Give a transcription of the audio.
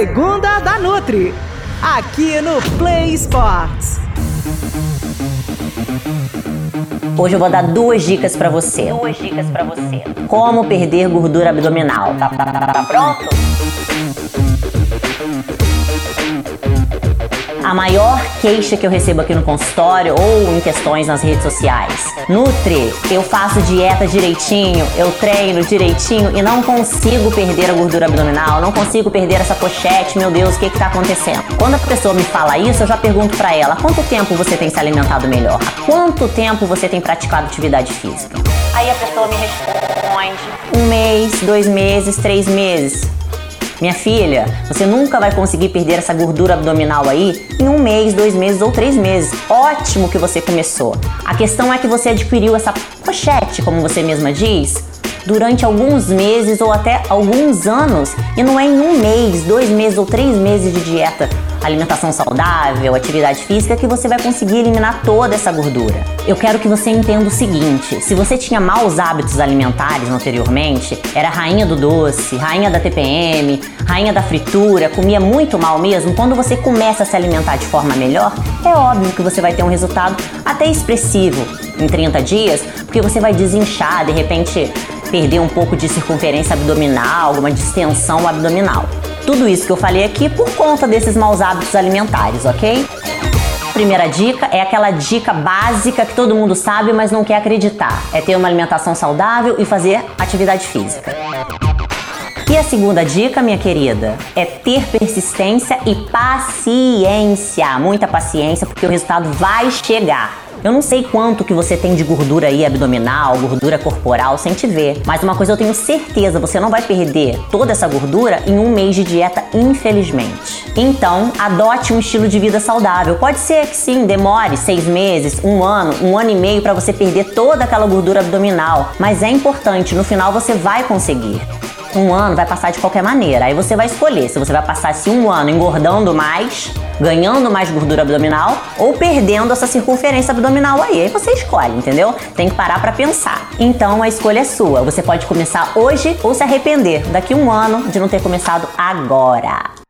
Segunda da Nutri, aqui no Play Sports. Hoje eu vou dar duas dicas pra você. Como perder gordura abdominal. Tá pronto? A maior queixa que eu recebo aqui no consultório ou em questões nas redes sociais: Nutri, eu faço dieta direitinho, eu treino direitinho e não consigo perder a gordura abdominal, não consigo perder essa pochete, meu Deus, o que tá acontecendo? Quando a pessoa me fala isso, eu já pergunto pra ela: há quanto tempo você tem se alimentado melhor? Há quanto tempo você tem praticado atividade física? Aí a pessoa me responde: 1 mês, 2 meses, 3 meses. Minha filha, você nunca vai conseguir perder essa gordura abdominal aí em 1 mês, 2 meses ou 3 meses. Ótimo que você começou. A questão é que você adquiriu essa pochete, como você mesma diz, durante alguns meses ou até alguns anos. E não é em 1 mês, 2 meses ou 3 meses de dieta, alimentação saudável, atividade física que você vai conseguir eliminar toda essa gordura. Eu quero que você entenda o seguinte: se você tinha maus hábitos alimentares anteriormente, era rainha do doce, rainha da TPM, rainha da fritura, comia muito mal mesmo, quando você começa a se alimentar de forma melhor, é óbvio que você vai ter um resultado até expressivo em 30 dias, porque você vai desinchar, de repente perder um pouco de circunferência abdominal, alguma distensão abdominal. Tudo isso que eu falei aqui por conta desses maus hábitos alimentares, ok? Primeira dica é aquela dica básica que todo mundo sabe, mas não quer acreditar. É ter uma alimentação saudável e fazer atividade física. E a segunda dica, minha querida, é ter persistência e paciência. Muita paciência, porque o resultado vai chegar. Eu não sei quanto que você tem de gordura aí abdominal, gordura corporal, sem te ver. Mas uma coisa eu tenho certeza, você não vai perder toda essa gordura em 1 mês de dieta, infelizmente. Então, adote um estilo de vida saudável. Pode ser que sim, demore 6 meses, 1 ano, 1 ano e meio para você perder toda aquela gordura abdominal. Mas é importante, no final você vai conseguir. 1 ano vai passar de qualquer maneira. Aí você vai escolher se você vai passar esse 1 ano engordando mais, ganhando mais gordura abdominal ou perdendo essa circunferência abdominal aí. Aí você escolhe, entendeu? Tem que parar pra pensar. Então a escolha é sua. Você pode começar hoje ou se arrepender daqui 1 ano de não ter começado agora.